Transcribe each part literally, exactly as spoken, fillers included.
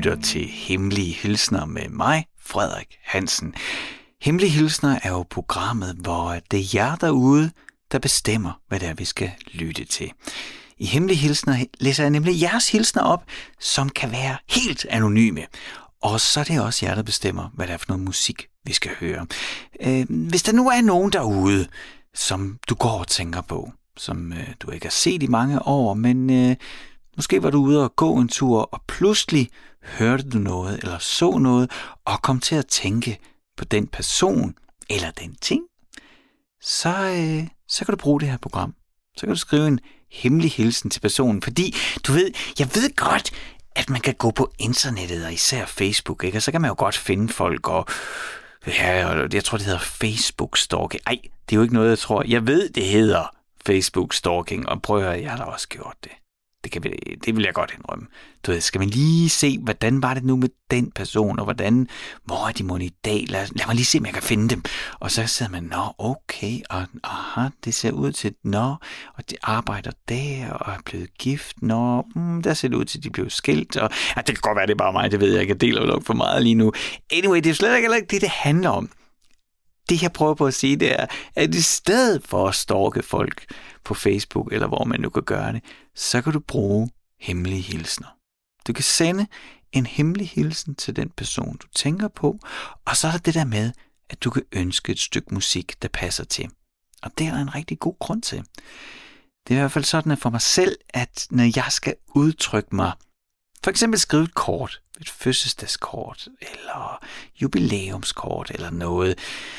lytter til Hemmelige Hilsner med mig, Frederik Hansen. Hemmelige Hilsner er jo programmet, hvor det er jer derude, der bestemmer, hvad det er, vi skal lytte til. I Hemmelige Hilsner læser jeg nemlig jeres hilsner op, som kan være helt anonyme. Og så er det også jer, der bestemmer, hvad det er for noget musik, vi skal høre. Øh, hvis der nu er nogen derude, som du går og tænker på, som øh, du ikke har set i mange år, men øh, måske var du ude og gå en tur, og pludselig hørte du noget, eller så noget, og kom til at tænke på den person, eller den ting, så, øh, så kan du bruge det her program. Så kan du skrive en hemmelig hilsen til personen, fordi du ved, jeg ved godt, at man kan gå på internettet, og især Facebook, ikke? Og så kan man jo godt finde folk, og ja, jeg tror, det hedder Facebook-stalking. Ej, det er jo ikke noget, jeg tror. Jeg ved, det hedder Facebook-stalking, og prøv at høre, jeg har da også gjort det. Det, kan vi, det vil jeg godt indrømme. Du ved, skal man lige se, hvordan var det nu med den person, og hvordan, hvor er de mon i dag? Lad, lad mig lige se, om jeg kan finde dem. Og så sidder man, nå, okay, og aha, det ser ud til, nå, og de arbejder der, og er blevet gift, nå, mm, der ser det ud til, at de blev skilt, og ja, det kan godt være, det er bare mig, det ved jeg ikke, jeg deler jo nok for meget lige nu. Anyway, det er slet ikke det, det handler om. Det, jeg prøver på at sige, det er, at i stedet for at stalke folk på Facebook, eller hvor man nu kan gøre det, så kan du bruge hemmelige hilsner. Du kan sende en hemmelig hilsen til den person, du tænker på, og så er der det der med, at du kan ønske et stykke musik, der passer til. Og det er der en rigtig god grund til. Det er i hvert fald sådan for mig selv, at når jeg skal udtrykke mig, for eksempel skrive et kort, et fødselsdagskort, eller jubilæumskort, eller noget,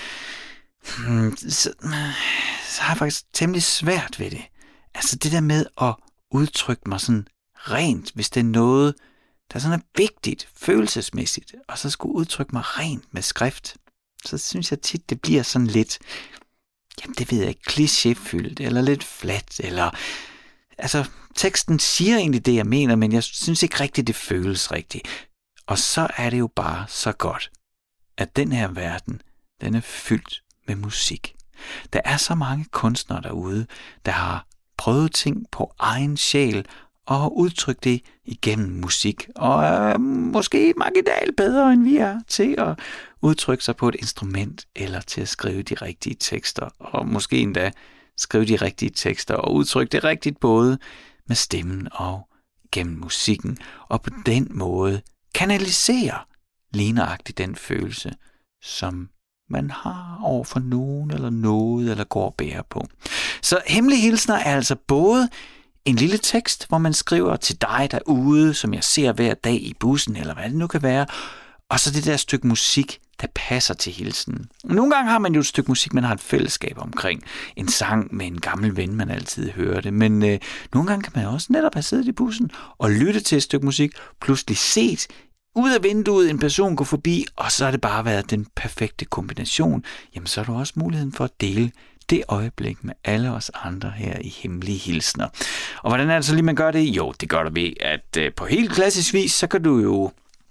så, så har jeg faktisk temmelig svært ved det. Altså det der med at udtrykke mig sådan rent, hvis det er noget, der sådan er vigtigt, følelsesmæssigt, og så skulle udtrykke mig rent med skrift, så synes jeg tit, det bliver sådan lidt, jamen det ved jeg ikke, klichéfyldt, eller lidt flat, eller altså teksten siger egentlig det, jeg mener, men jeg synes ikke rigtigt, det føles rigtigt. Og så er det jo bare så godt, at den her verden, den er fyldt med musik. Der er så mange kunstnere derude, der har prøvet ting på egen sjæl og udtrykt det igennem musik. Og er måske marginalt bedre, end vi er til at udtrykke sig på et instrument eller til at skrive de rigtige tekster. Og måske endda skrive de rigtige tekster og udtrykke det rigtigt både med stemmen og gennem musikken. Og på den måde kanalisere lige nøjagtigt den følelse, som man har over for nogen eller noget, eller går og bærer på. Så hemmelige hilsner er altså både en lille tekst, hvor man skriver til dig derude, som jeg ser hver dag i bussen, eller hvad det nu kan være, og så det der stykke musik, der passer til hilsenen. Nogle gange har man jo et stykke musik, man har et fællesskab omkring. En sang med en gammel ven, man altid hører det. Men øh, nogle gange kan man også netop have siddet i bussen og lytte til et stykke musik, pludselig set ud af vinduet en person gå forbi, og så har det bare været den perfekte kombination. Jamen, så har du også muligheden for at dele det øjeblik med alle os andre her i Hemmelige Hilsner. Og hvordan er det så lige, man gør det? Jo, det gør du ved, at øh, på helt klassisk vis, så kan du jo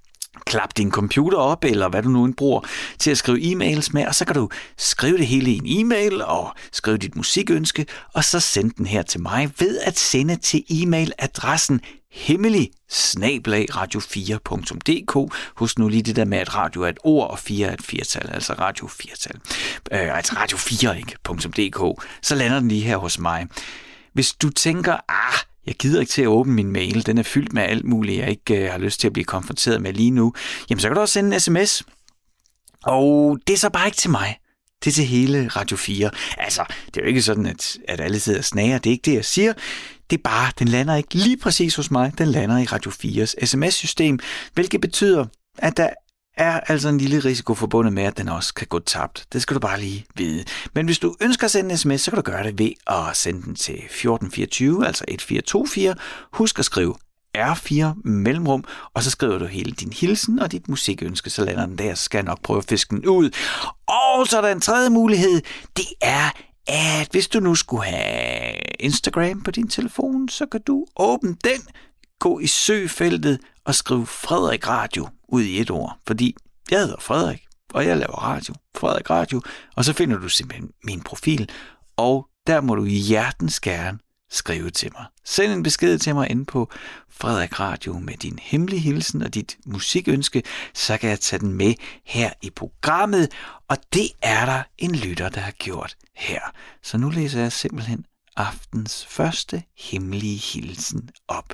klap din computer op, eller hvad du nu end bruger, til at skrive e-mails med, og så kan du skrive det hele i en e-mail, og skrive dit musikønske, og så sende den her til mig ved at sende til e-mailadressen hemmelig snabel-a radio fire punktum d k. Husk nu lige det der med, at radio er et ord, og fire er et firtal, altså radio firtal. Øh, altså radio fire, ikke? .dk. Så lander den lige her hos mig. Hvis du tænker, ah, jeg gider ikke til at åbne min mail, den er fyldt med alt muligt, jeg ikke øh, har lyst til at blive konfronteret med lige nu, jamen så kan du også sende en sms. Og det er så bare ikke til mig. Det er til hele Radio fire. Altså, det er jo ikke sådan, at, at alle sidder og snager. Det er ikke det, jeg siger. Det er bare, den lander ikke lige præcis hos mig. Den lander i Radio fires sms-system, hvilket betyder, at der er altså en lille risiko forbundet med, at den også kan gå tabt. Det skal du bare lige vide. Men hvis du ønsker at sende en sms, så kan du gøre det ved at sende den til fjorten fireogtyve, altså et fire to fire. Husk at skrive R fire mellemrum, og så skriver du hele din hilsen og dit musikønske, så lander den der, så skal jeg nok prøve at fiske den ud. Og så er der en tredje mulighed, det er, at hvis du nu skulle have Instagram på din telefon, så kan du åbne den, gå i søgefeltet og skrive Frederik Radio ud i et ord, fordi jeg hedder Frederik, og jeg laver radio, Frederik Radio, og så finder du simpelthen min profil, og der må du hjertens gerne skrive til mig. Send en besked til mig inde på Frederik Radio med din hemmelige hilsen og dit musikønske, så kan jeg tage den med her i programmet, og det er der en lytter, der har gjort her. Så nu læser jeg simpelthen aftens første hemmelige hilsen op.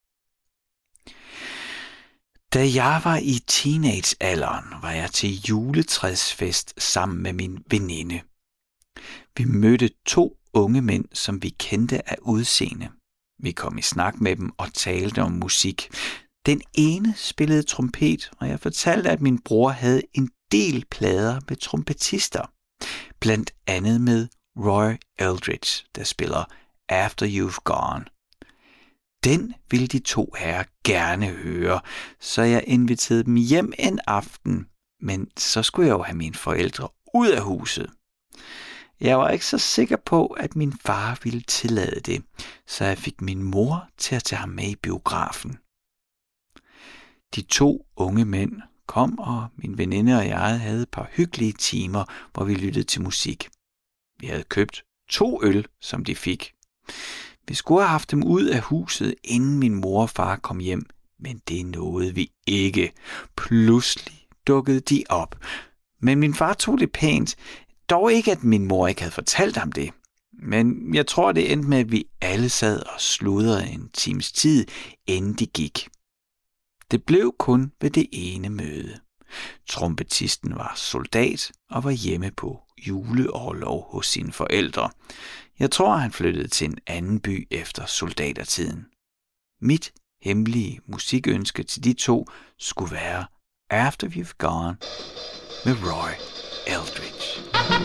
Da jeg var i teenagealderen, var jeg til juletræsfest sammen med min veninde. Vi mødte to unge mænd, som vi kendte af udseende. Vi kom i snak med dem og talte om musik. Den ene spillede trompet, og jeg fortalte, at min bror havde en del plader med trompetister. Blandt andet med Roy Eldridge, der spiller After You've Gone. Den ville de to herrer gerne høre, så jeg inviterede dem hjem en aften, men så skulle jeg jo have mine forældre ud af huset. Jeg var ikke så sikker på, at min far ville tillade det, så jeg fik min mor til at tage ham med i biografen. De to unge mænd kom, og min veninde og jeg havde et par hyggelige timer, hvor vi lyttede til musik. Vi havde købt to øl, som de fik. Vi skulle have haft dem ud af huset, inden min mor og far kom hjem, men det nåede vi ikke. Pludselig dukkede de op. Men min far tog det pænt, dog ikke, at min mor ikke havde fortalt ham det. Men jeg tror, det endte med, at vi alle sad og sludrede en times tid, inden de gik. Det blev kun ved det ene møde. Trompetisten var soldat og var hjemme på juleorlov hos sine forældre. Jeg tror, han flyttede til en anden by efter soldatertiden. Mit hemmelige musikønske til de to skulle være After You've Gone med Roy Eldridge.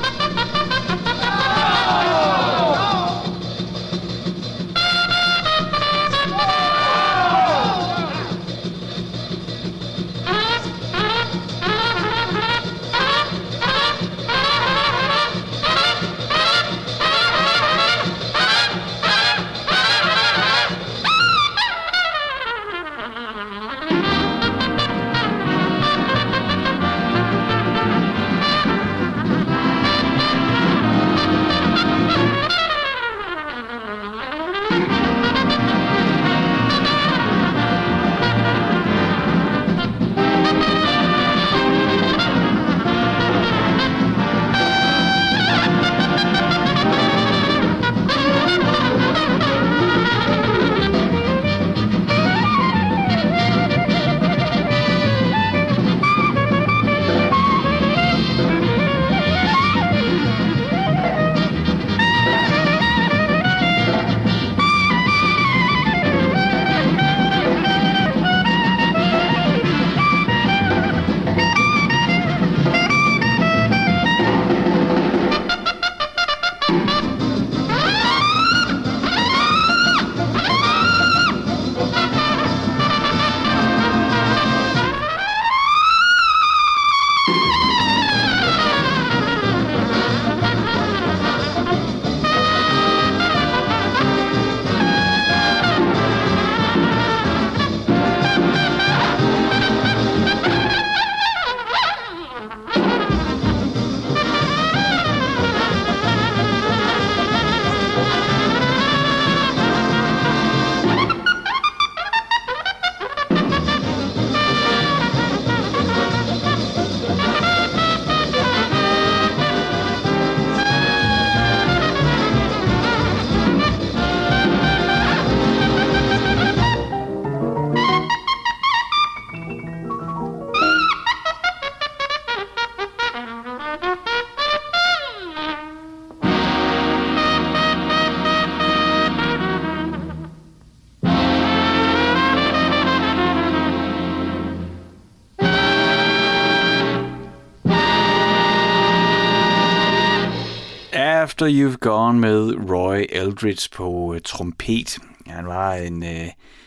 After You've Gone med Roy Eldridge på uh, trompet. Han var en, uh,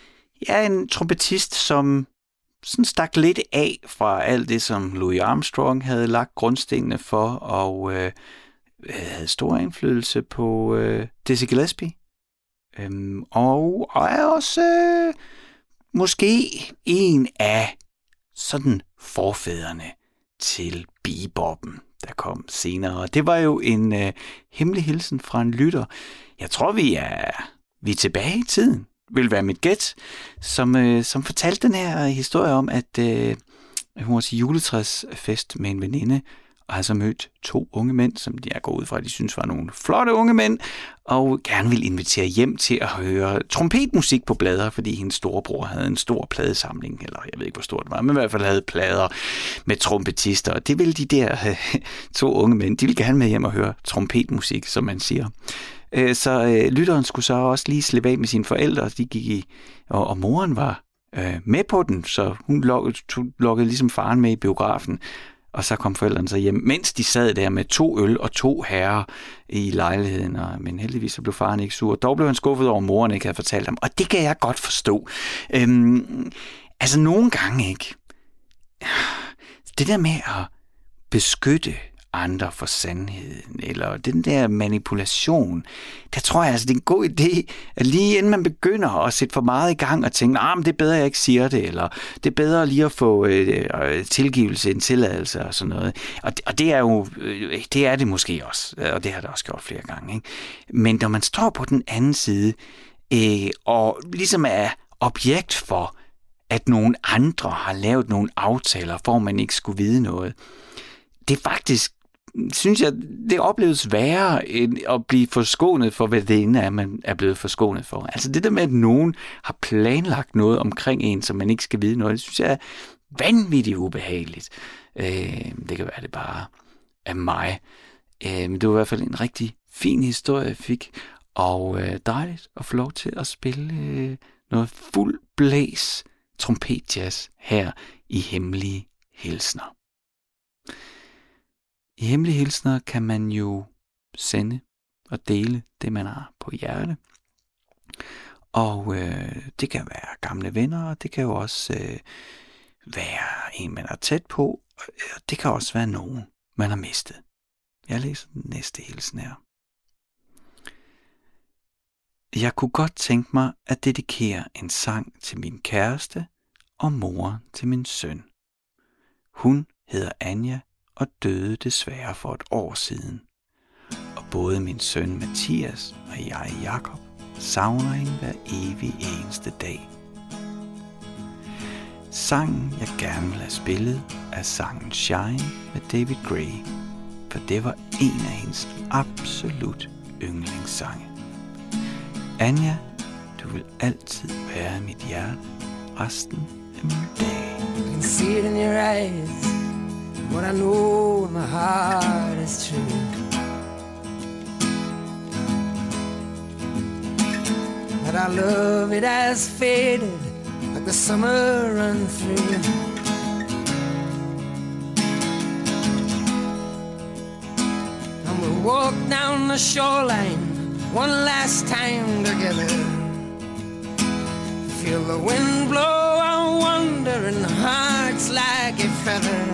ja, en trompetist, som sådan stak lidt af fra alt det, som Louis Armstrong havde lagt grundstenene for, og uh, havde stor indflydelse på uh, Dizzy Gillespie. Um, og, og er også uh, måske en af sådan forfædrene til beboppen, der kom senere. Det var jo en uh, hemmelig hilsen fra en lytter. Jeg tror, vi er, vi er tilbage i tiden, vil være mit gæt, som, øh, som fortalte den her historie om, at øh, hun var til juletræsfest med en veninde, og har så mødt to unge mænd, som de er gået ud fra, at de synes var nogle flotte unge mænd, og gerne ville invitere hjem til at høre trompetmusik på plader, fordi hendes storebror havde en stor pladesamling, eller jeg ved ikke, hvor stort det var, men i hvert fald havde plader med trompetister, og det ville de der øh, to unge mænd, de ville gerne med hjem og høre trompetmusik, som man siger. Øh, så øh, lytteren skulle så også lige slippe af med sine forældre, og de gik i, og, og moren var øh, med på den, så hun lukkede, lukkede ligesom faren med i biografen, og så kom forældrene så hjem, mens de sad der med to øl og to herrer i lejligheden. Og, men heldigvis så blev faren ikke sur. Dog blev han skuffet over, at moren ikke havde fortalt ham. Og det kan jeg godt forstå. Øhm, altså nogle gange ikke. Det der med at beskytte andre for sandheden, eller den der manipulation, der tror jeg altså, det er en god idé, at lige inden man begynder at sætte for meget i gang og tænke, ah, men det er bedre, jeg ikke siger det, eller det er bedre lige at få øh, tilgivelse end tilladelse og sådan noget. Og det, og det er jo, øh, det er det måske også, og det har det også gjort flere gange. Ikke? Men når man står på den anden side, øh, og ligesom er objekt for, at nogle andre har lavet nogle aftaler, for man ikke skulle vide noget, det er faktisk, synes jeg, det opleves værre end at blive forskånet for, hvad det ene er, man er blevet forskånet for. Altså det der med, at nogen har planlagt noget omkring en, som man ikke skal vide noget, det synes jeg er vanvittigt ubehageligt. Øh, det kan være, det bare er mig. Øh, men det var i hvert fald en rigtig fin historie, jeg fik, og øh, dejligt at få lov til at spille øh, noget fuld blæs trompetjazz her i Hemmelige Hilsner. I Hemmelige Hilsner kan man jo sende og dele det, man har på hjerte. Og øh, det kan være gamle venner, og det kan jo også øh, være en, man er tæt på. Og det kan også være nogen, man har mistet. Jeg læser den næste hilsen her. Jeg kunne godt tænke mig at dedikere en sang til min kæreste og mor til min søn. Hun hedder Anja og døde desværre for et år siden. Og både min søn Mathias og jeg, Jakob, savner hende hver evig eneste dag. Sangen, jeg gerne vil have spillet, er sangen Shine med David Gray, for det var en af hendes absolut yndlingssange. Anja, du vil altid være i mit hjerte resten af min dag. I can see it in your eyes, what I know in my heart is true. But our love, it has faded like the summer run through. And we'll walk down the shoreline one last time together. Feel the wind blow our wandering hearts like a feather.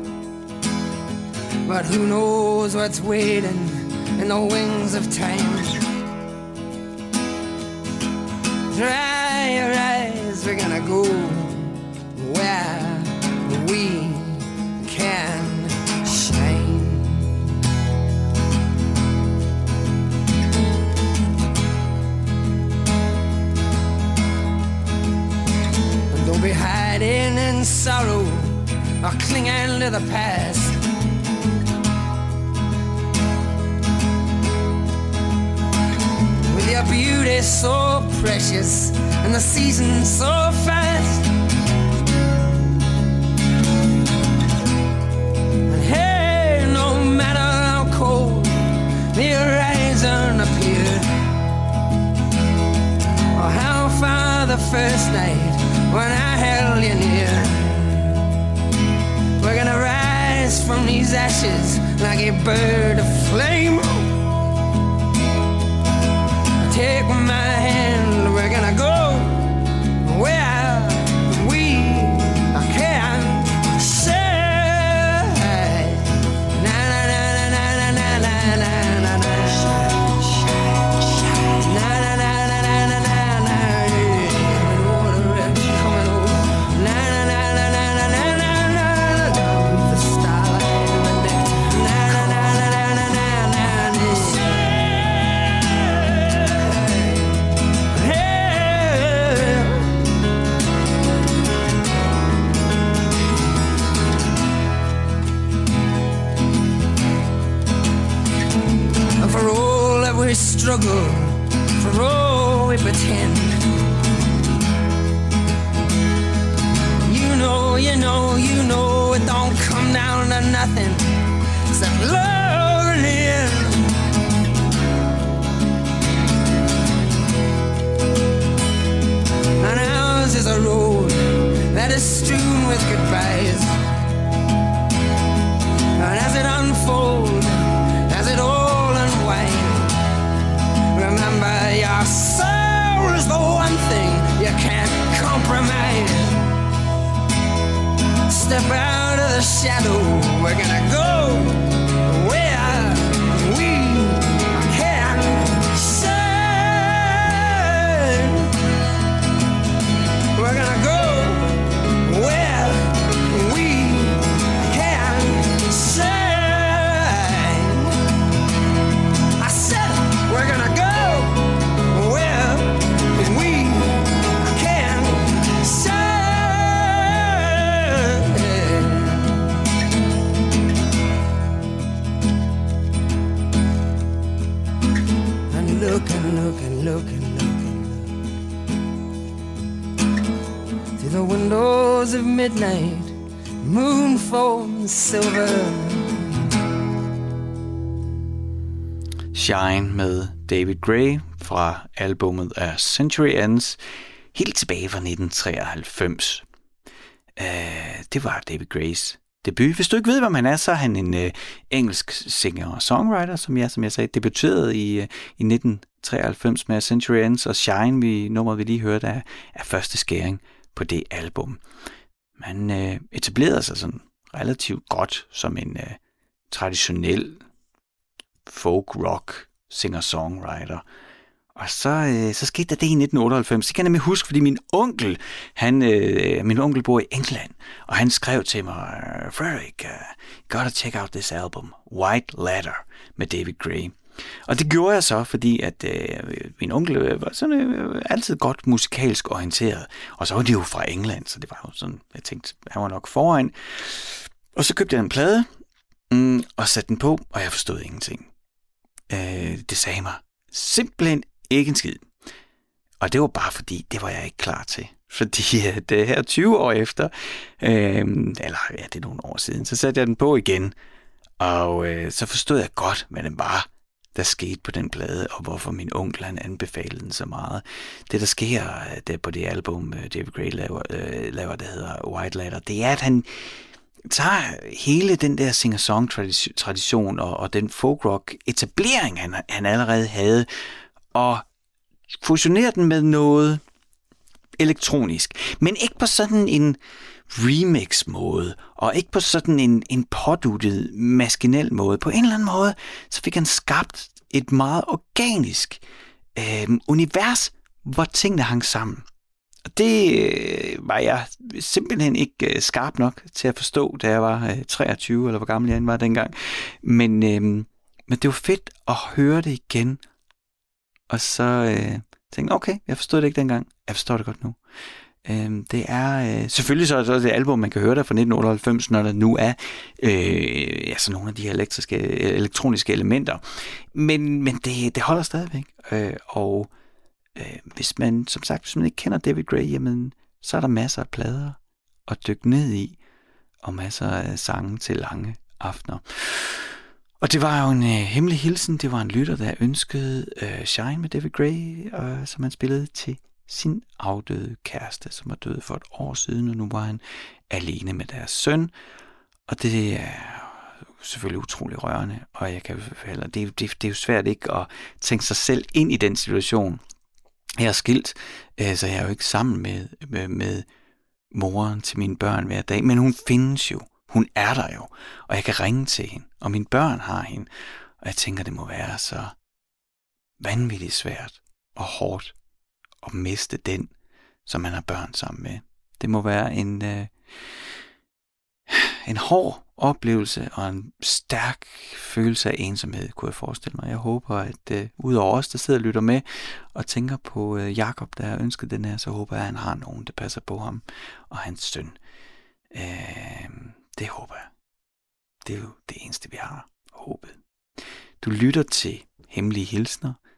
But who knows what's waiting in the wings of time. Dry your eyes, we're gonna go where we can shine. And don't be hiding in sorrow or clinging to the past. Your beauty so precious and the season so fast. And hey, no matter how cold the horizon appeared, or how far the first night when I held you near, we're gonna rise from these ashes like a bird of flame. Take my hand, we're gonna go where we can say na na na na na na na na na na shine, shine, shine. Na na na na na na na na oh, the red's coming over. Na na na na na na na na na down the starlight in the neck. Na na na na na na na we struggle, for all we pretend. You know, you know, you know it don't come down to nothing except love in the end. And ours is a road that is strewn with goodbyes. And as it unfolds, as it all unwinds, remember your soul is the one thing you can't compromise. Step out of the shadow, we're gonna go where we can shine. We're gonna go where we can shine. I said we're gonna go where we can shine. And look and look and look and look and look through the windows of midnight, moon falls silver. Shine med David Gray fra albumet A Century Ends, helt tilbage fra nitten treoghalvfems. Uh, det var David Grays debut. Hvis du ikke ved, hvem han er, så er han en uh, engelsk singer og songwriter, som jeg, som jeg sagde, debuterede i, uh, i nitten treoghalvfems med A Century Ends, og Shine, vi, nummeret vi lige hørte, er, er første skæring på det album. Man uh, etablerede sig sådan relativt godt som en uh, traditionel folk-rock singer-songwriter. Og så, øh, så skete der det i nitten otteoghalvfems. Det kan jeg nemlig huske, fordi min onkel, han, øh, min onkel bor i England, og han skrev til mig, Frederik, uh, gotta check out this album, White Ladder, med David Gray. Og det gjorde jeg så, fordi at øh, min onkel var sådan øh, altid godt musikalsk orienteret. Og så var de jo fra England, så det var jo sådan, jeg tænkte, han var nok foran. Og så købte jeg en plade, mm, og satte den på, og jeg forstod ingenting. Øh, det sagde mig simpelthen ikke en skid. Og det var bare fordi, det var jeg ikke klar til. Fordi at det her tyve år efter, øh, eller ja, det er nogle år siden, så satte jeg den på igen. Og øh, så forstod jeg godt, hvad det var, der skete på den plade, og hvorfor min onkel han anbefalede den så meget. Det, der sker der på det album, David Gray laver, øh, laver der hedder White Ladder, det er, at han tager hele den der singer-song-tradition og, og den folk-rock-etablering, han, han allerede havde, og fusionerer den med noget elektronisk. Men ikke på sådan en remix-måde, og ikke på sådan en, en påduttet, maskinel måde. På en eller anden måde, så fik han skabt et meget organisk øh, univers, hvor tingene hang sammen. Og det øh, var jeg simpelthen ikke øh, skarp nok til at forstå, da jeg var øh, treogtyve, eller hvor gammel jeg var dengang. Men, øh, men det var fedt at høre det igen, og så øh, tænkte jeg, okay, jeg forstod det ikke dengang, jeg forstår det godt nu. Øh, det er øh, selvfølgelig så er det et album, man kan høre der fra nitten otteoghalvfems, når der nu er øh, altså nogle af de her elektriske, elektroniske elementer. Men, men det, det holder stadigvæk, øh, og Øh, hvis man, som sagt, hvis man ikke kender David Gray, jamen, så er der masser af plader at dykke ned i, og masser af sange til lange aftener. Og det var jo en øh, hemmelig hilsen. Det var en lytter, der ønskede øh, Shine med David Gray, øh, som han spillede til sin afdøde kæreste, som var død for et år siden, og nu var han alene med deres søn. Og det er selvfølgelig utrolig rørende, og jeg kan heller, det, det, det er jo svært ikke at tænke sig selv ind i den situation. Jeg er skilt, så jeg er jo ikke sammen med, med, med moren til mine børn hver dag, men hun findes jo. Hun er der jo, og jeg kan ringe til hende, og mine børn har hende. Og jeg tænker, det må være så vanvittigt svært og hårdt at miste den, som man har børn sammen med. Det må være en, øh, en hård oplevelse og en stærk følelse af ensomhed, kunne jeg forestille mig. Jeg håber, at øh, udover os, der sidder og lytter med og tænker på øh, Jakob, der har ønsket den her, så håber jeg, at han har nogen, der passer på ham og hans søn. Øh, det håber jeg. Det er jo det eneste, vi har håbet. Du lytter til Hemmelige Hilsner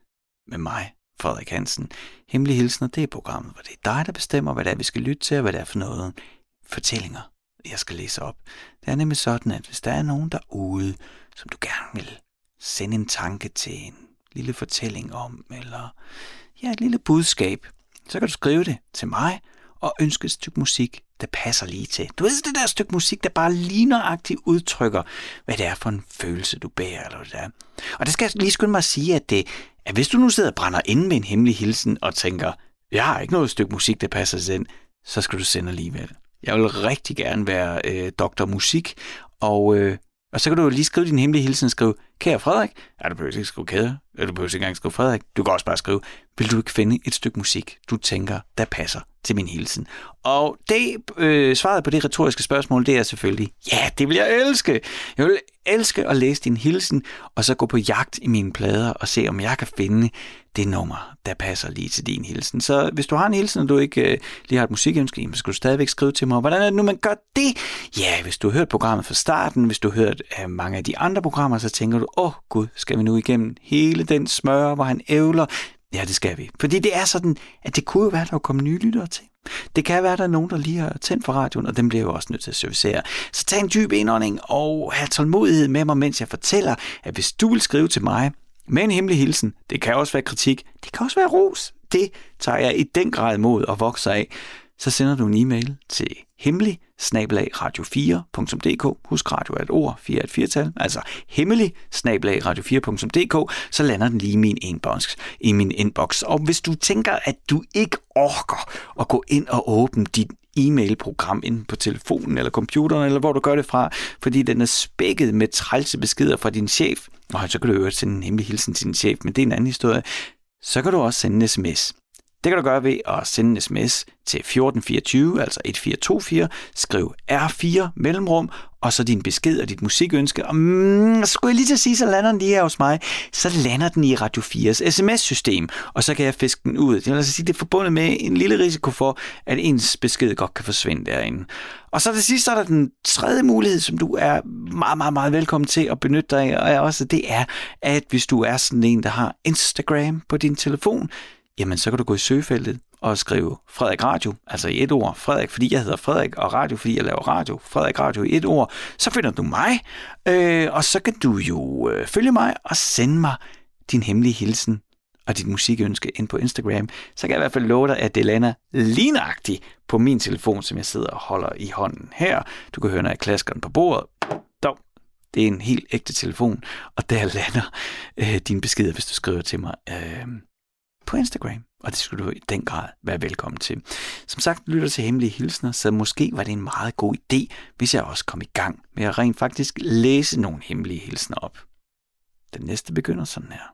med mig, Frederik Hansen. Hemmelige Hilsner, det er programmet, hvor det er dig, der bestemmer, hvad det er, vi skal lytte til, og hvad det er for noget fortællinger, jeg skal læse op. Det er nemlig sådan, at hvis der er nogen derude, som du gerne vil sende en tanke til, en lille fortælling om, eller ja, et lille budskab, så kan du skrive det til mig, og ønske et stykke musik, der passer lige til. Du ved, det der stykke musik, der bare lige nøjagtigt udtrykker, hvad det er for en følelse, du bærer, eller hvad det er. Og det skal jeg lige skynde mig at sige, at, det, at hvis du nu sidder og brænder inde med en hemmelig hilsen, og tænker, jeg har ikke noget stykke musik, der passer til den, så skal du sende alligevel. Jeg vil rigtig gerne være øh, doktor musik, og, øh, og så kan du lige skrive din hemmelige hilsen og skrive, kære Frederik, ja, du behøver ikke skrive kære, eller du behøver ikke engang skrive Frederik, du kan også bare skrive, vil du ikke finde et stykke musik, du tænker, der passer til min hilsen? Og det, øh, svaret på det retoriske spørgsmål, det er selvfølgelig, ja, det vil jeg elske. Jeg vil elske at læse din hilsen, og så gå på jagt i mine plader og se, om jeg kan finde det nummer, der passer lige til din hilsen. Så hvis du har en hilsen, og du ikke øh, lige har et musikønske, så skal du stadigvæk skrive til mig. Hvordan er det nu, man gør det? Ja, hvis du har hørt programmet fra starten, hvis du har hørt øh, mange af de andre programmer, så tænker du, åh oh, gud, skal vi nu igennem hele den smør, hvor han ævler? Ja, det skal vi. Fordi det er sådan, at det kunne jo være, at der kommer nye lyttere til. Det kan være, at der er nogen, der lige har tændt for radioen, og dem bliver jo også nødt til at servicere. Så tag en dyb indånding og have tålmodighed med mig, mens jeg fortæller, at hvis du vil skrive til mig med en hemmelig hilsen, det kan også være kritik, det kan også være ros, det tager jeg i den grad imod og vokser af, så sender du en e-mail til hemmelig snabel-a radio fire punktum d k. Husk, radio er et ord, fire er et firtal, altså hemmelig snabel-a radio fire punktum d k, så lander den lige i min inbox, i min inbox. Og hvis du tænker, at du ikke orker at gå ind og åbne dit e-mailprogram inde på telefonen eller computeren, eller hvor du gør det fra, fordi den er spækket med trælse beskeder fra din chef, og så kan du jo sende en hemmelig hilsen til din chef, men det er en anden historie, så kan du også sende en sms. Det kan du gøre ved at sende en sms til fjorten fireogtyve, altså et fire to fire, skriv R fire mellemrum, og så din besked og dit musikønske. Og mm, så skulle jeg lige til at sige, så lander den lige her hos mig, så lander den i Radio fires sms-system, og så kan jeg fiske den ud. Det vil altså sige, det er forbundet med en lille risiko for, at ens besked godt kan forsvinde derinde. Og så til sidst, så er der den tredje mulighed, som du er meget, meget, meget velkommen til at benytte dig af, og også det er, at hvis du er sådan en, der har Instagram på din telefon, jamen så kan du gå i søgefeltet og skrive Frederik Radio, altså i et ord, Frederik, fordi jeg hedder Frederik, og Radio, fordi jeg laver radio, Frederik Radio i et ord, så finder du mig, øh, og så kan du jo øh, følge mig og sende mig din hemmelige hilsen og dit musikønske ind på Instagram, så kan jeg i hvert fald love dig, at det lander lignagtigt på min telefon, som jeg sidder og holder i hånden her. Du kan høre, når jeg klasker den på bordet. Dog, det er en helt ægte telefon, og der lander øh, dine beskeder, hvis du skriver til mig øh, på Instagram, og det skulle du i den grad være velkommen til. Som sagt, lytter til hemmelige hilsner, så måske var det en meget god idé, hvis jeg også kom i gang med at rent faktisk læse nogle hemmelige hilsner op. Den næste begynder sådan her.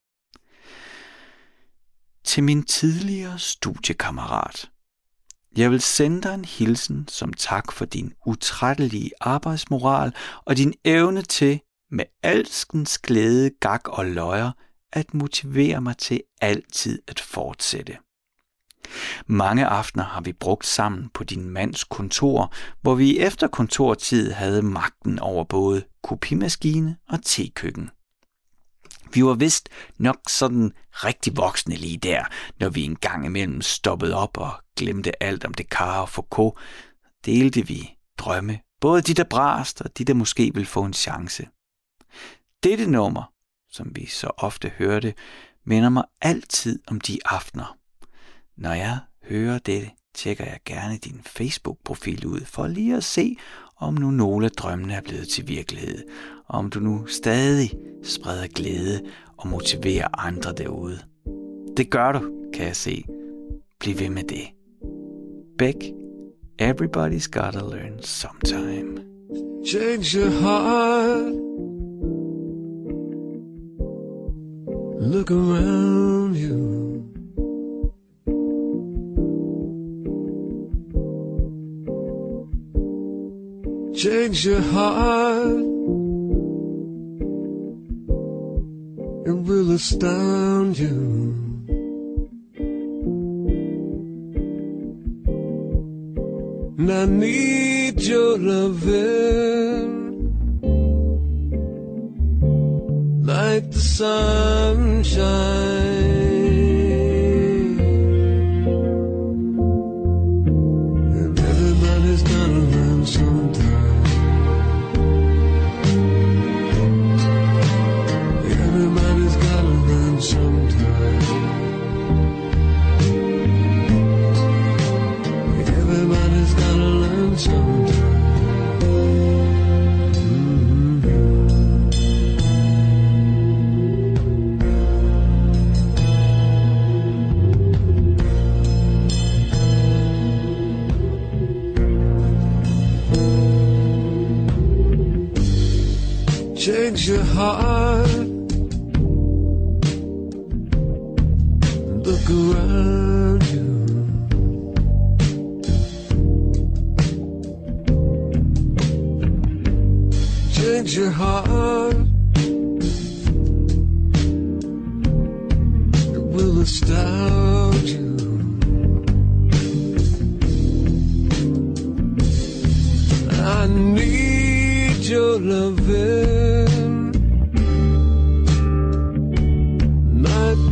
Til min tidligere studiekammerat. Jeg vil sende dig en hilsen som tak for din utrættelige arbejdsmoral og din evne til med alskens glæde, gak og løjer at motivere mig til altid at fortsætte. Mange aftener har vi brugt sammen på din mands kontor, hvor vi efter kontortid havde magten over både kopimaskine og tekøkken. Vi var vist nok sådan rigtig voksne lige der, når vi en gang imellem stoppede op og glemte alt om Descartes og Foucault, delte vi drømme, både de der brast og de der måske ville få en chance. Dette nummer, som vi så ofte hørte, minder mig altid om de aftener. Når jeg hører dette, tjekker jeg gerne din Facebook-profil ud for lige at se, om nu nogle af drømmene er blevet til virkelighed, og om du nu stadig spreder glæde og motiverer andre derude. Det gør du, kan jeg se. Bliv ved med det. Beck, everybody's gotta learn sometime. Change your heart. Look around you. Change your heart. It will astound you. And I need your loving like the sunshine. And everybody's gotta learn sometime. Everybody's gotta learn sometime. Everybody's gotta learn sometime. Change your heart. Look around you. Change your heart. It will astound you. I need your loving, not the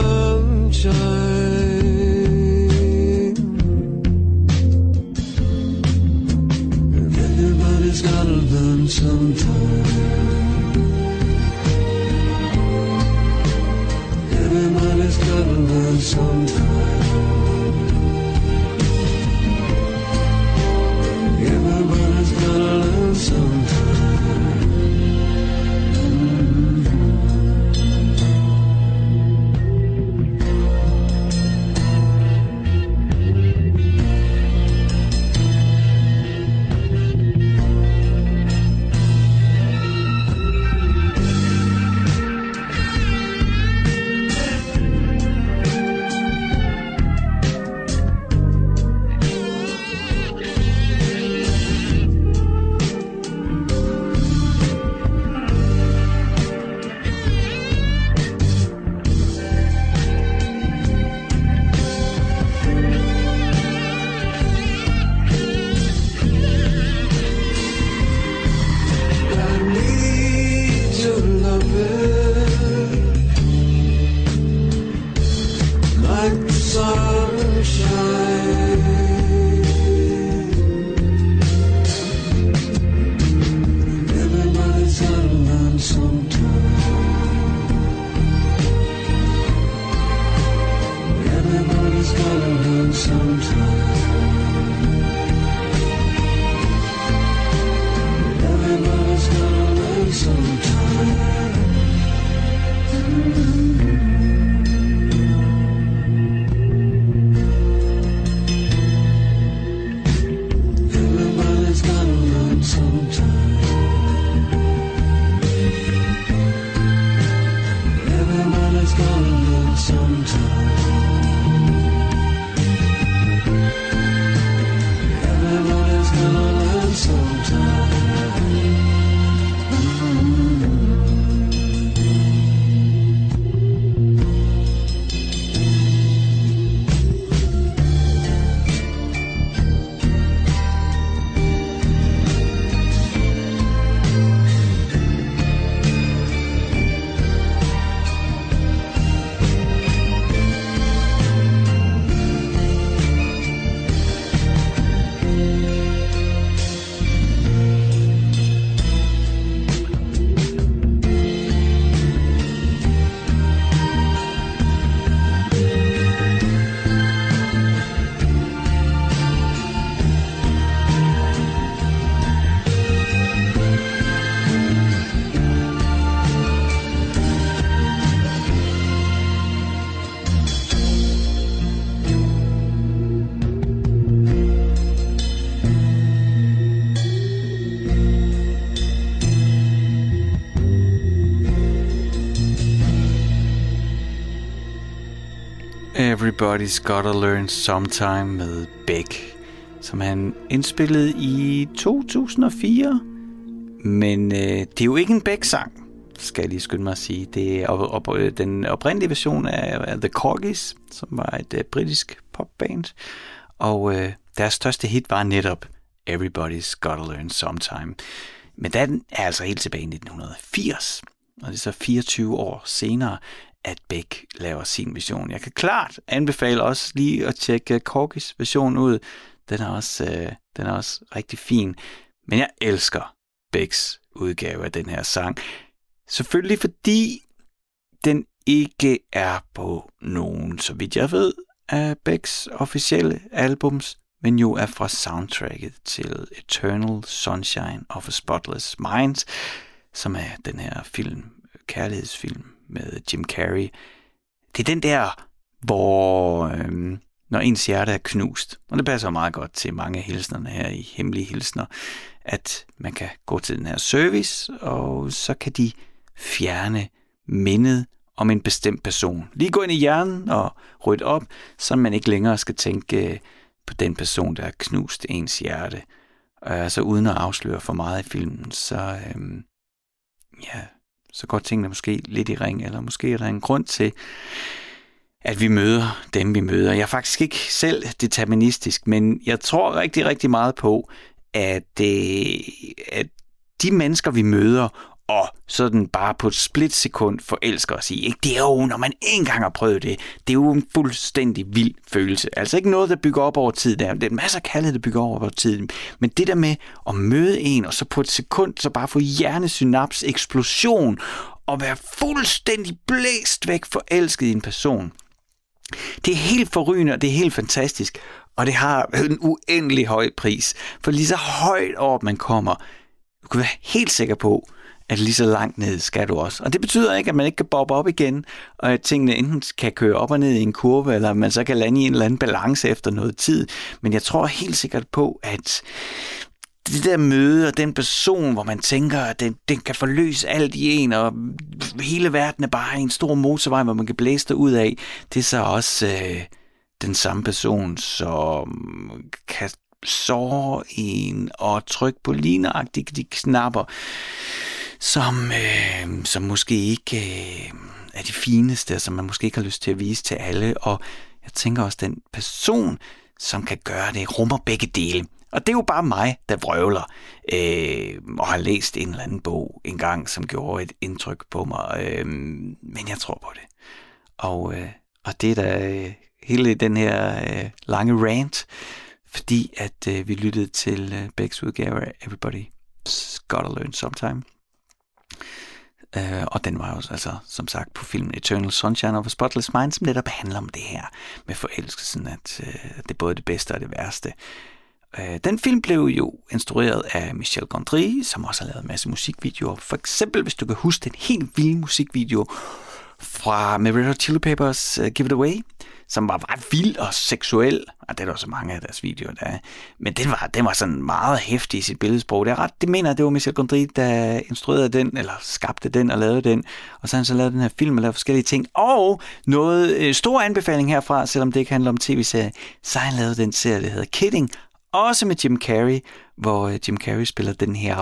sunshine. And everybody's gotta learn sometime. Everybody's gotta learn sometime. Everybody's gotta learn sometime. Everybody's Gotta Learn Sometime med Beck, som han indspillede i to tusind og fire. Men øh, det er jo ikke en Beck-sang, skal jeg lige skynde mig at sige. Det er op, op, den oprindelige version af, af The Corgis, som var et øh, britisk popband. Og øh, deres største hit var netop Everybody's Gotta Learn Sometime. Men den er altså helt tilbage i nitten firs. og det er så fireogtyve år senere, at Beck laver sin version. Jeg kan klart anbefale også lige at tjekke Corgis version ud. Den er også, øh, den er også rigtig fin. Men jeg elsker Becks udgave af den her sang. Selvfølgelig fordi den ikke er på nogen, så vidt jeg ved, af Becks officielle albums, men jo er fra soundtracket til Eternal Sunshine of a Spotless Mind, som er den her film, kærlighedsfilm med Jim Carrey. Det er den der, hvor øhm, når ens hjerte er knust, og det passer meget godt til mange af hilsnerne her i Hemmelige Hilsner, at man kan gå til den her service, og så kan de fjerne mindet om en bestemt person. Lige gå ind i hjernen og rydde op, så man ikke længere skal tænke på den person, der har knust ens hjerte. Og så uden at afsløre for meget i filmen, så, øhm, ja, så går tingene måske lidt i ring, eller måske er der en grund til, at vi møder dem, vi møder. Jeg er faktisk ikke selv deterministisk, men jeg tror rigtig, rigtig meget på, at, øh, at de mennesker, vi møder, og sådan bare på et splitsekund forelsker os i. Ikke? Det er jo, når man engang har prøvet det, det er jo en fuldstændig vild følelse. Altså ikke noget, der bygger op over tid. Der er en masse af kærlighed, der bygger op over tid. Men det der med at møde en, og så på et sekund, så bare få hjernesynaps, eksplosion, og være fuldstændig blæst væk forelsket i en person. Det er helt forrygende, og det er helt fantastisk. Og det har en uendelig høj pris. For lige så højt op man kommer, du kan være helt sikker på, at lige så langt ned skal du også. Og det betyder ikke, at man ikke kan boppe op igen, og at tingene enten kan køre op og ned i en kurve, eller man så kan lande i en eller anden balance efter noget tid. Men jeg tror helt sikkert på, at det der møde og den person, hvor man tænker, at den, den kan forløse alt i en, og hele verden er bare en stor motorvej, hvor man kan blæse det ud af, det er så også øh, den samme person, som kan såre en og trykke på lige nøjagtigt de knapper, som, øh, som måske ikke øh, er de fineste, som man måske ikke har lyst til at vise til alle. Og jeg tænker også, den person, som kan gøre det, rummer begge dele. Og det er jo bare mig, der vrøvler øh, og har læst en eller anden bog engang, som gjorde et indtryk på mig. Øh, men jeg tror på det. Og, øh, og det er da øh, hele den her øh, lange rant, fordi at øh, vi lyttede til øh, Becks udgave af Everybody's Gotta Learn Sometime. Uh, og den var jo altså, som sagt, på filmen Eternal Sunshine of a Spotless Mind, som netop handler om det her med forelskelsen, at uh, det er både det bedste og det værste. Uh, den film blev jo instrueret af Michel Gondry, som også har lavet en masse musikvideoer. For eksempel, hvis du kan huske den helt vilde musikvideo fra med Red Hot Chili Peppers uh, Give It Away, som var ret vild og seksuel, og det er der også mange af deres videoer, der er. Men den var, den var sådan meget hæftig i sit billedsprog. Det, er ret, det mener jeg, det var Michel Gondry, der instruerede den, eller skabte den og lavede den, og så har han så lavet den her film og lavet forskellige ting. Og noget øh, stor anbefaling herfra, selvom det ikke handler om tv-serie, så har han lavet den serie, der hedder Kidding, også med Jim Carrey, hvor øh, Jim Carrey spiller den her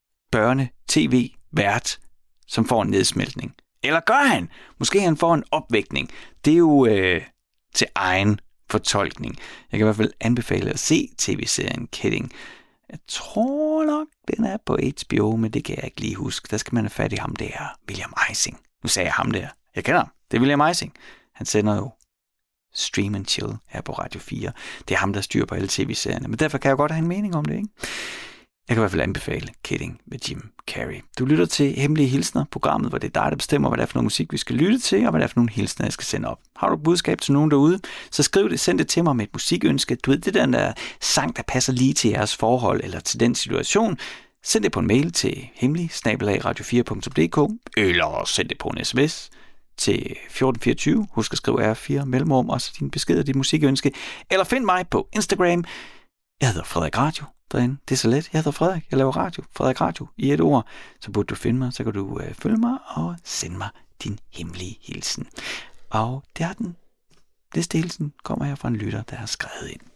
børne-tv-vært, som får en nedsmeltning. Eller gør han? Måske han får en opvækning. Det er jo øh, til egen fortolkning. Jeg kan i hvert fald anbefale at se tv-serien Kidding. Jeg tror nok, den er på H B O, men det kan jeg ikke lige huske. Der skal man have fat i ham der, William Ising. Nu sagde jeg ham der. Jeg kender ham. Det er William Ising. Han sender jo Stream and Chill her på Radio fire. Det er ham, der styrer på alle tv-serierne. Men derfor kan jeg godt have en mening om det, ikke? Jeg kan i hvert fald anbefale Kidding med Jim Carrey. Du lytter til Hemmelige Hilsner, programmet, hvor det er dig, der bestemmer, hvad det er for noget musik, vi skal lytte til, og hvad det er for nogle hilsner, jeg skal sende op. Har du et budskab til nogen derude, så skriv det, send det til mig med et musikønske. Du ved, det der, der sang, der passer lige til jeres forhold, eller til den situation. Send det på en mail til hemmelig snabel-a radio fire punktum d k, eller send det på en sms til fjorten fireogtyve. Husk at skrive R fire mellemrum, og så din besked og dit musikønske. Eller find mig på Instagram. Jeg hedder Frederik Radio. Derinde. Det er så let. Jeg hedder Frederik. Jeg laver radio. Frederik Radio i et ord. Så burde du finde mig. Så kan du øh, følge mig og sende mig din hemmelige hilsen. Og det er den. Næste hilsen kommer her fra en lytter, der har skrevet ind.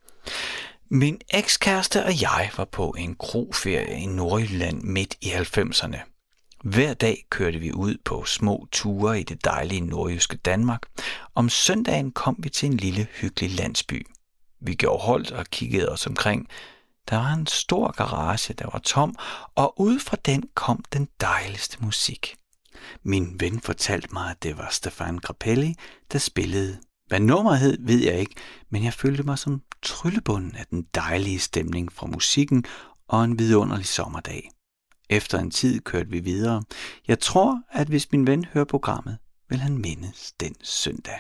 Min ekskæreste og jeg var på en kroferie i Nordjylland midt i halvfemserne. Hver dag kørte vi ud på små ture i det dejlige nordjyske Danmark. Om søndagen kom vi til en lille hyggelig landsby. Vi gjorde holdt og kiggede os omkring. Der var en stor garage, der var tom, og ud fra den kom den dejligste musik. Min ven fortalte mig, at det var Stéphane Grappelli, der spillede. Hvad nummeret hed, ved jeg ikke, men jeg følte mig som tryllebunden af den dejlige stemning fra musikken og en vidunderlig sommerdag. Efter en tid kørte vi videre. Jeg tror, at hvis min ven hører programmet, vil han mindes den søndag.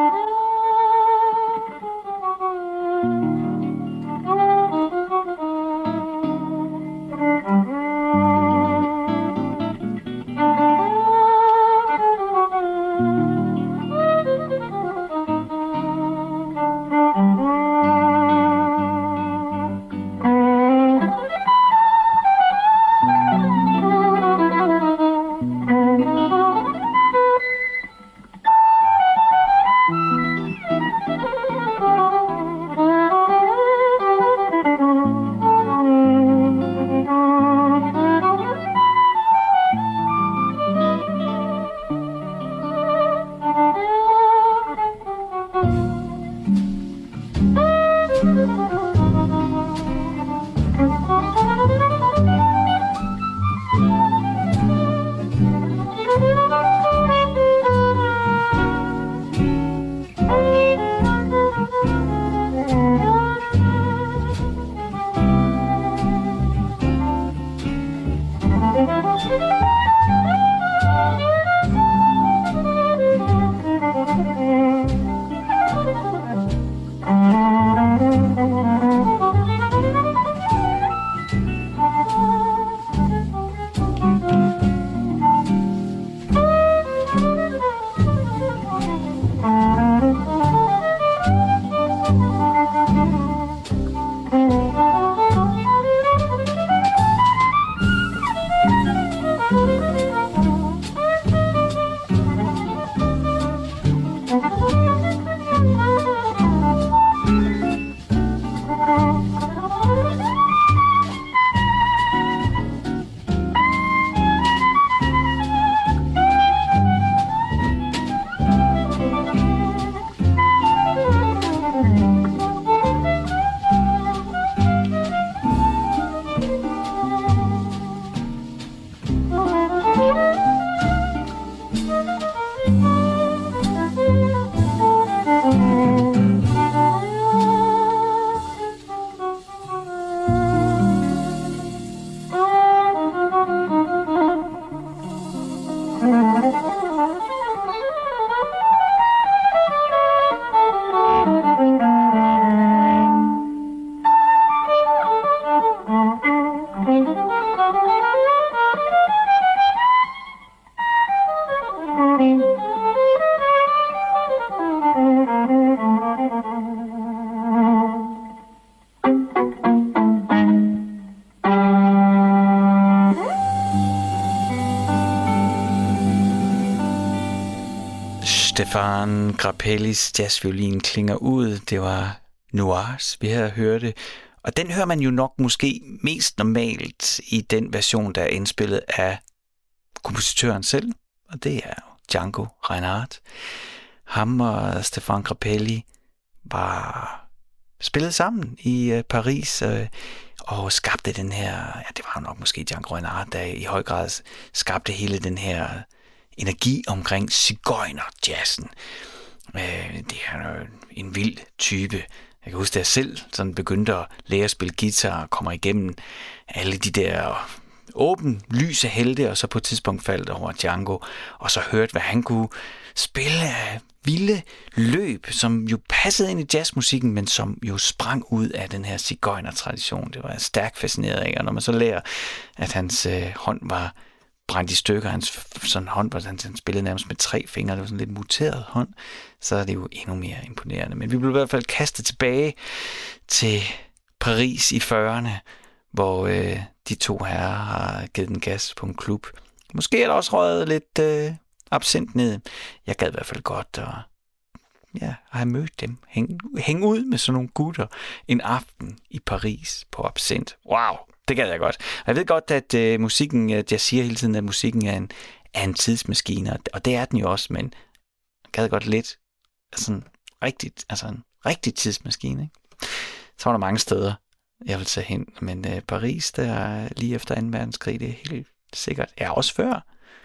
Stéphane Grappellis jazzviolin klinger ud. Det var Noirs, vi havde hørt det. Og den hører man jo nok måske mest normalt i den version, der er indspillet af kompositøren selv. Og det er Django Reinhardt. Ham og Stéphane Grappelli var spillet sammen i Paris øh, og skabte den her, ja, det var nok måske Django Reinhardt, der i høj grad skabte hele den her energi omkring sigøjner-jazzen. Øh, det er en vild type. Jeg kan huske, at jeg selv sådan begyndte at lære at spille guitar og kommer igennem alle de der åben, lyse helte, og så på et tidspunkt faldt over Django, og så hørte, hvad han kunne spille af vilde løb, som jo passede ind i jazzmusikken, men som jo sprang ud af den her sigøjner-tradition. Det var jeg stærkt fascineret af, og når man så lærer, at hans øh, hånd var brændt i stykker, hans sådan hånd, hvor han, han spillede nærmest med tre fingre, det var sådan lidt muteret hånd, så er det jo endnu mere imponerende. Men vi blev i hvert fald kastet tilbage til Paris i fyrrerne, hvor øh, de to herrer har givet den gas på en klub. Måske er der også røget lidt øh, absint ned. Jeg gad i hvert fald godt at ja, have mødt dem. Hænge, hænge ud med sådan nogle gutter en aften i Paris på absint. Wow, det gad jeg godt. Og jeg ved godt, at øh, musikken, at jeg siger hele tiden, at musikken er en, er en tidsmaskine, og det er den jo også, men jeg gad godt lidt sådan rigtigt, altså en rigtig tidsmaskine, ikke? Så var der mange steder, jeg vil tage hen, men øh, Paris, der lige efter anden verdenskrig, det er helt sikkert, ja, også før,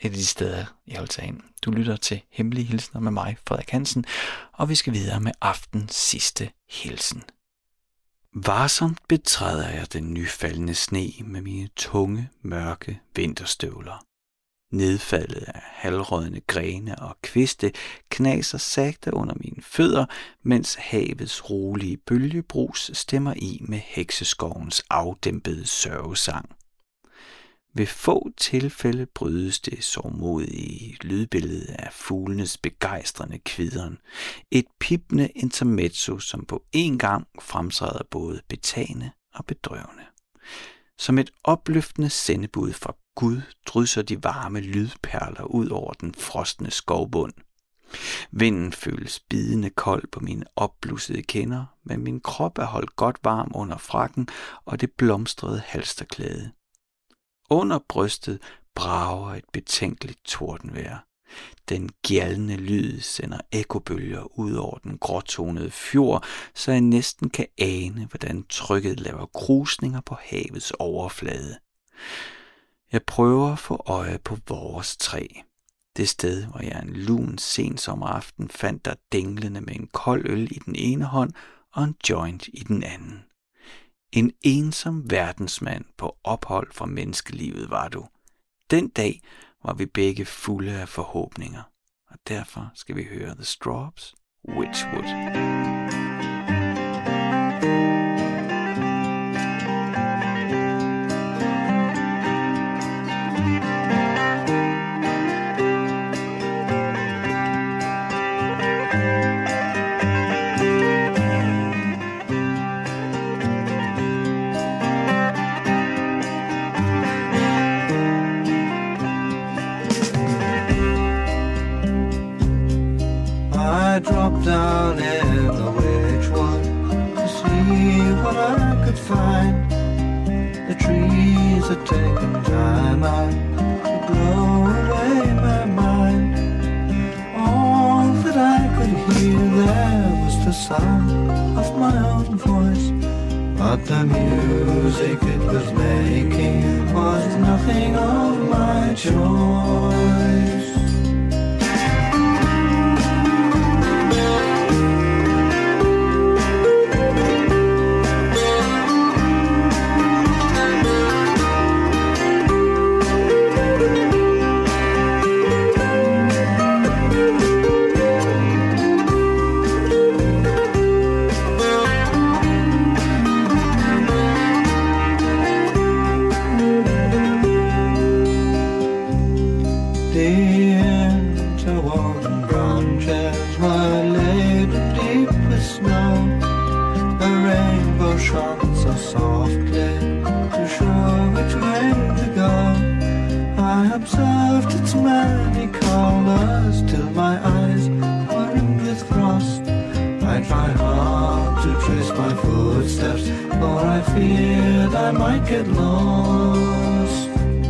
et af de steder, jeg vil tage ind. Du lytter til Hemmelige Hilsner med mig, Frederik Hansen, og vi skal videre med aftens sidste hilsen. Varsomt betræder jeg den nyfaldende sne med mine tunge, mørke vinterstøvler. Nedfaldet af halvrådne grene og kviste knaser sagte under mine fødder, mens havets rolige bølgebrus stemmer i med hekseskovens afdæmpede sørgesang. Ved få tilfælde brydes det sårmodige lydbillede af fuglenes begejstrende kvidren. Et pipende intermezzo, som på én gang fremtræder både betagende og bedrøvende. Som et opløftende sendebud fra Gud drysser de varme lydperler ud over den frosne skovbund. Vinden føles bidende kold på mine opblussede kinder, men min krop er holdt godt varm under frakken og det blomstrede halsterklæde. Under brystet brager et betænkeligt tordenvejr. Den gjaldende lyd sender ekkobølger ud over den gråtonede fjord, så jeg næsten kan ane, hvordan trykket laver krusninger på havets overflade. Jeg prøver at få øje på vores træ. Det sted, hvor jeg en lun sensommeraften fandt dig dinglende med en kold øl i den ene hånd og en joint i den anden. En ensom verdensmand på ophold fra menneskelivet var du. Den dag var vi begge fulde af forhåbninger, og derfor skal vi høre The Strawbs, Witchwood. I dropped down in the Witchwood to see what I could find. The trees had taken time out to blow away my mind. All that I could hear there was the sound of my own voice, but the music it was making was nothing of my choice. Feared I might get lost.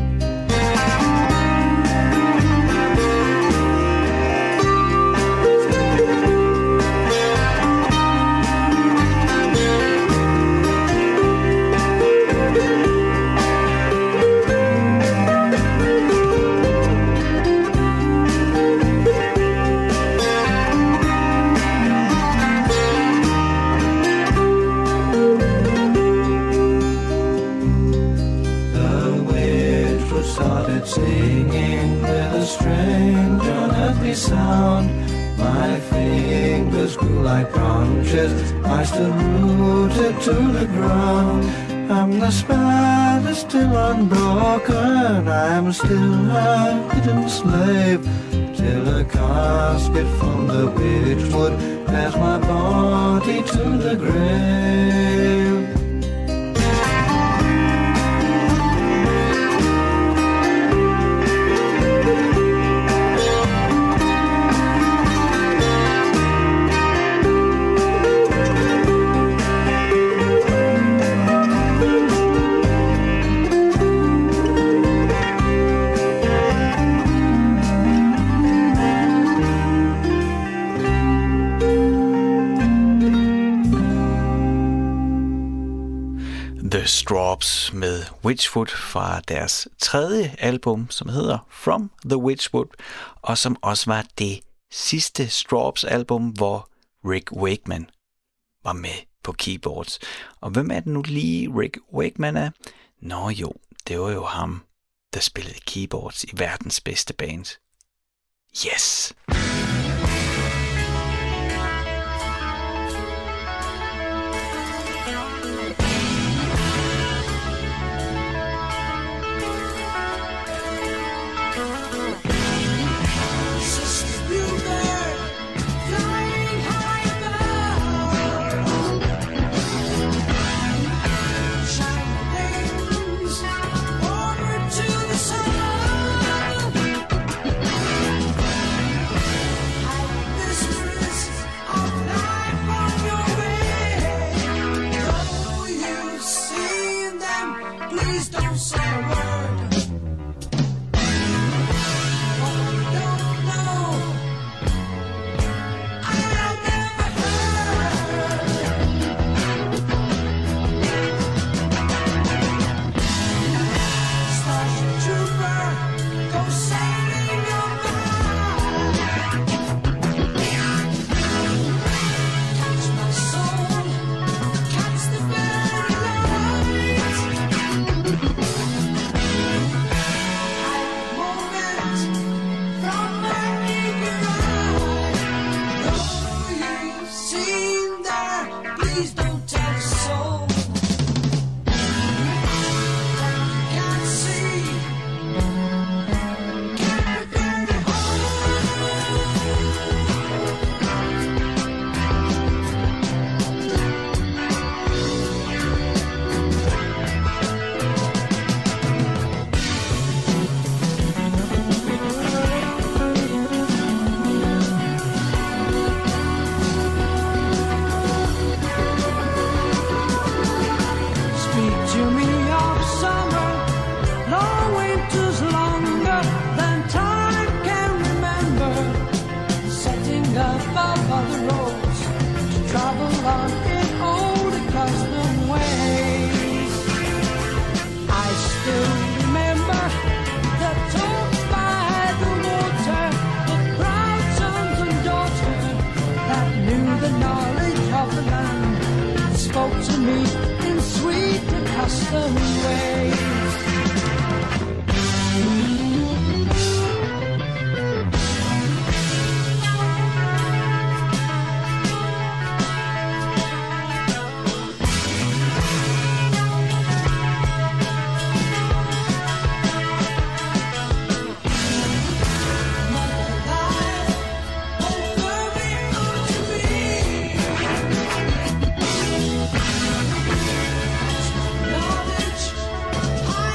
Singing with a strange unearthly sound. My fingers grew like branches, I stood rooted to the ground. And the spell is still unbroken, I am still a hidden slave, till a casket from the Witchwood bears my body to the grave. The Strawbs med Witchwood fra deres tredje album, som hedder From the Witchwood, og som også var det sidste Strawbs album, hvor Rick Wakeman var med på keyboards. Og hvem er det nu lige Rick Wakeman er? Nå jo, det var jo ham, der spillede keyboards i verdens bedste band. Yes! Knowledge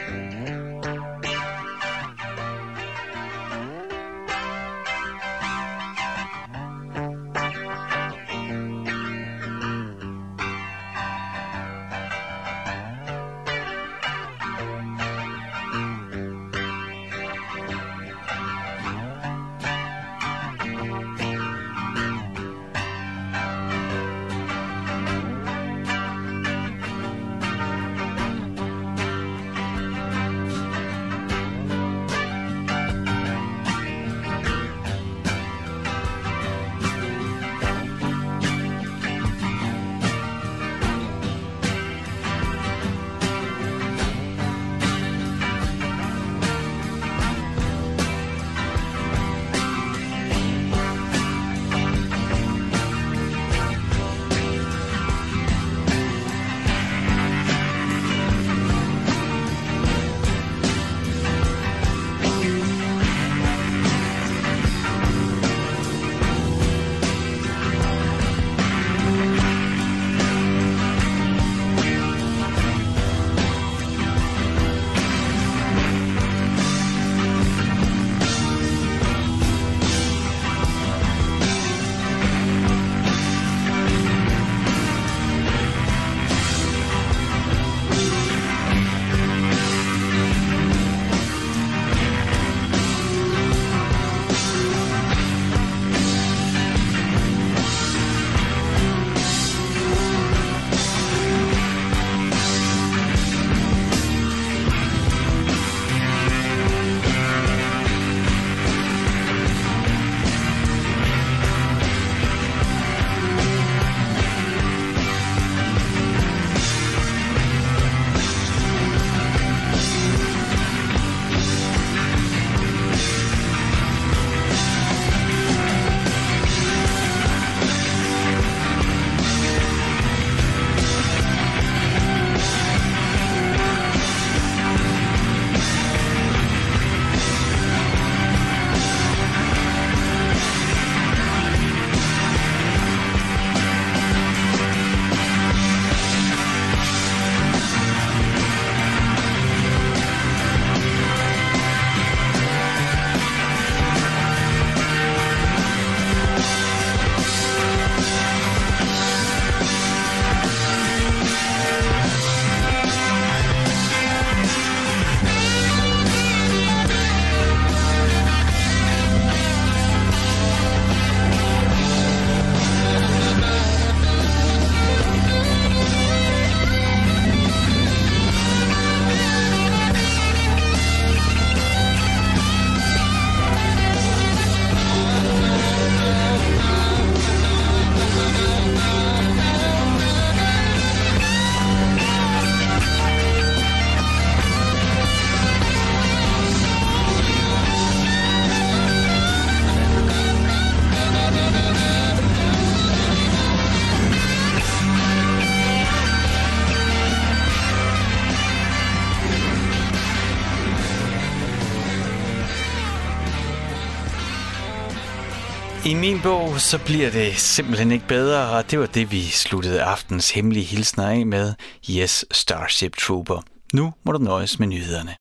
I min bog, så bliver det simpelthen ikke bedre, og det var det, vi sluttede aftens hemmelige hilsner af med. Yes, Starship Trooper. Nu må du nøjes med nyhederne.